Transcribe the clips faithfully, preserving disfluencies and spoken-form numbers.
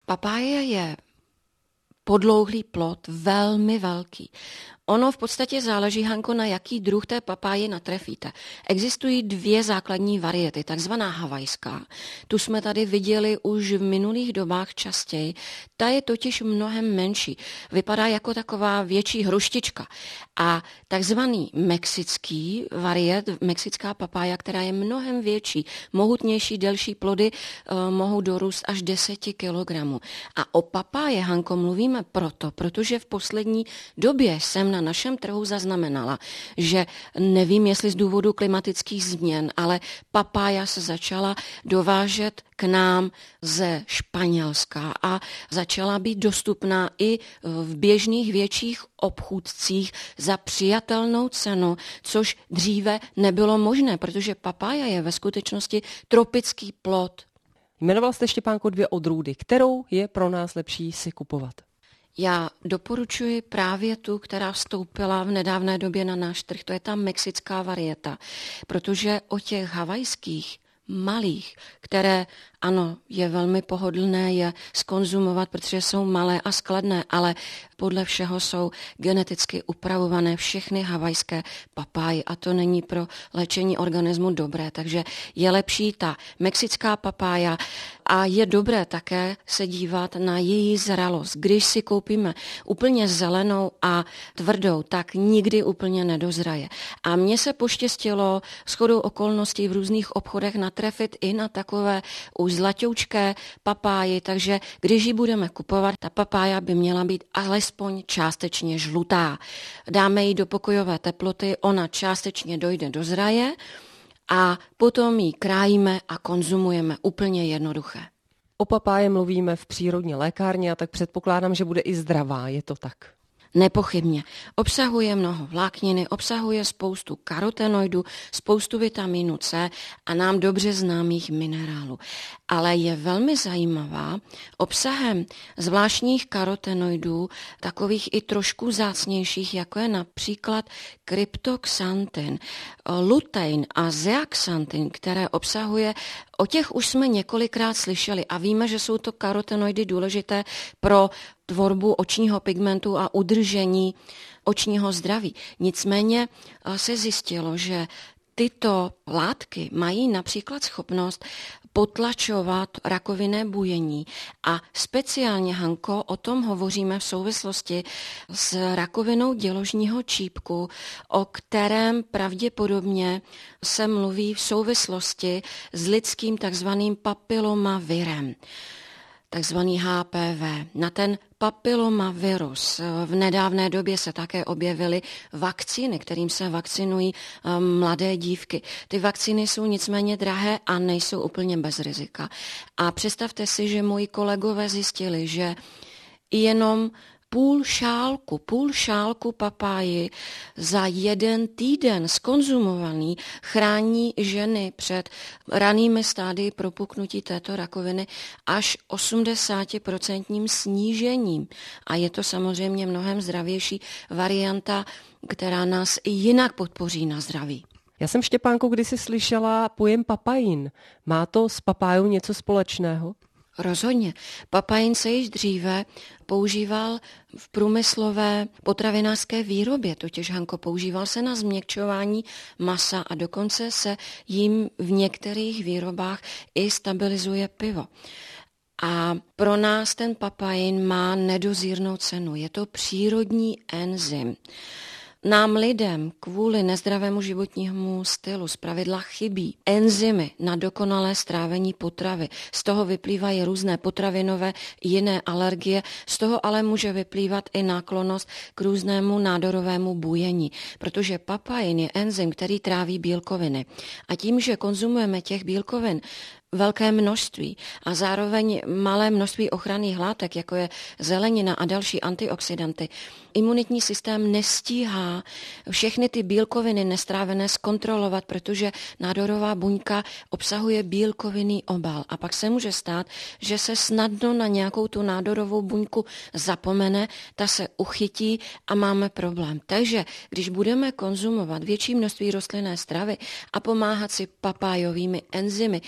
Papáje je podlouhlý plod, velmi velký. Ono v podstatě záleží, Hanko, na jaký druh té papáje natrefíte. Existují dvě základní variety, takzvaná havajská. Tu jsme tady viděli už v minulých dobách častěji. Ta je totiž mnohem menší. Vypadá jako taková větší hruštička. A takzvaný mexický variet, mexická papája, která je mnohem větší, mohutnější, delší plody, eh, mohou dorůst až deset kilogramů. A o papáje, Hanko, mluvíme proto, protože v poslední době jsem na našem trhu zaznamenala, že nevím, jestli z důvodu klimatických změn, ale papája se začala dovážet k nám ze Španělska a začala být dostupná i v běžných větších obchůdcích za přijatelnou cenu, což dříve nebylo možné, protože papája je ve skutečnosti tropický plod. Jmenoval jste, Štěpánko, dvě odrůdy. Kterou je pro nás lepší si kupovat? Já doporučuji právě tu, která vstoupila v nedávné době na náš trh, to je ta mexická varieta, protože o těch havajských malých, které ano, je velmi pohodlné je skonzumovat, protože jsou malé a skladné, ale podle všeho jsou geneticky upravované všechny havajské papáje a to není pro léčení organismu dobré, takže je lepší ta mexická papája a je dobré také se dívat na její zralost. Když si koupíme úplně zelenou a tvrdou, tak nikdy úplně nedozraje. A mně se poštěstilo shodou okolností v různých obchodech natrefit i na takové už zlatoučké papáji, takže když ji budeme kupovat, ta papája by měla být alespoň částečně žlutá. Dáme ji do pokojové teploty, ona částečně dojde do zraje a potom ji krájíme a konzumujeme úplně jednoduché. O papáje mluvíme v přírodní lékárně a tak předpokládám, že bude i zdravá, je to tak? Nepochybně. Obsahuje mnoho vlákniny, obsahuje spoustu karotenoidů, spoustu vitamínu C a nám dobře známých minerálů. Ale je velmi zajímavá obsahem zvláštních karotenoidů, takových i trošku vzácnějších, jako je například kryptoxantin, lutein a zeaxantin, které obsahuje, o těch už jsme několikrát slyšeli a víme, že jsou to karotenoidy důležité pro tvorbu očního pigmentu a udržení očního zdraví. Nicméně se zjistilo, že tyto látky mají například schopnost potlačovat rakovinné bujení a speciálně, Hanko, o tom hovoříme v souvislosti s rakovinou děložního čípku, o kterém pravděpodobně se mluví v souvislosti s lidským takzvaným papilomavirem, takzvaný H P V. Na ten papilomavirus v nedávné době se také objevily vakcíny, kterým se vakcinují mladé dívky. Ty vakcíny jsou nicméně drahé a nejsou úplně bez rizika. A představte si, že moji kolegové zjistili, že jenom půl šálku, půl šálku papáji za jeden týden skonzumovaný chrání ženy před ranými stádii propuknutí této rakoviny až osmdesát procent snížením. A je to samozřejmě mnohem zdravější varianta, která nás i jinak podpoří na zdraví. Já jsem, Štěpánko, kdysi slyšela pojem papajín. Má to s papájou něco společného? Rozhodně. Papajín se již dříve používal v průmyslové potravinářské výrobě, totiž, Hanko, používal se na změkčování masa a dokonce se jim v některých výrobách i stabilizuje pivo. A pro nás ten papajín má nedozírnou cenu. Je to přírodní enzym. Nám lidem kvůli nezdravému životnímu stylu zpravidla chybí enzymy na dokonalé strávení potravy. Z toho vyplývají různé potravinové jiné alergie, z toho ale může vyplývat i náklonnost k různému nádorovému bujení, protože papain je enzym, který tráví bílkoviny. A tím, že konzumujeme těch bílkovin velké množství a zároveň malé množství ochranných látek, jako je zelenina a další antioxidanty, imunitní systém nestíhá všechny ty bílkoviny nestrávené zkontrolovat, protože nádorová buňka obsahuje bílkovinný obal. A pak se může stát, že se snadno na nějakou tu nádorovou buňku zapomene, ta se uchytí a máme problém. Takže když budeme konzumovat větší množství rostlinné stravy a pomáhat si papájovými enzymy, máme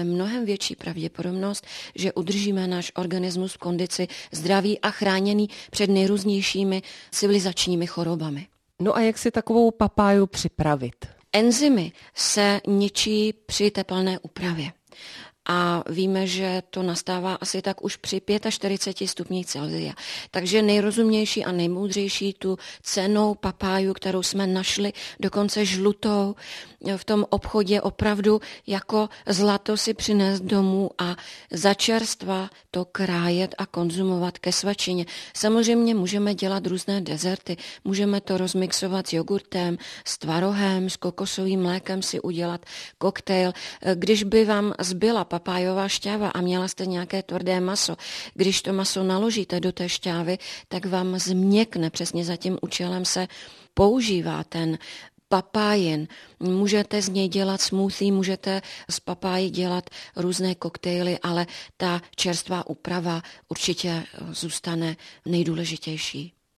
máme mnohem větší pravděpodobnost, že udržíme náš organismus v kondici zdravý a chráněný před nejrůznějšími civilizačními chorobami. No a jak si takovou papáju připravit? Enzymy se ničí při tepelné úpravě. A víme, že to nastává asi tak už při čtyřiceti pěti stupních Celsia. Takže nejrozumnější a nejmoudřejší tu cennou papáju, kterou jsme našli, dokonce žlutou, v tom obchodě opravdu jako zlato si přinést domů a za čerstva to krájet a konzumovat ke svačině. Samozřejmě můžeme dělat různé dezerty, můžeme to rozmixovat s jogurtem, s tvarohem, s kokosovým mlékem si udělat koktejl. Když by vám zbyla papájová šťáva a měla jste nějaké tvrdé maso, když to maso naložíte do té šťávy, tak vám změkne. Přesně za tím účelem se používá ten papájin. Můžete z něj dělat smoothie, můžete z papáji dělat různé koktejly, ale ta čerstvá úprava určitě zůstane nejdůležitější.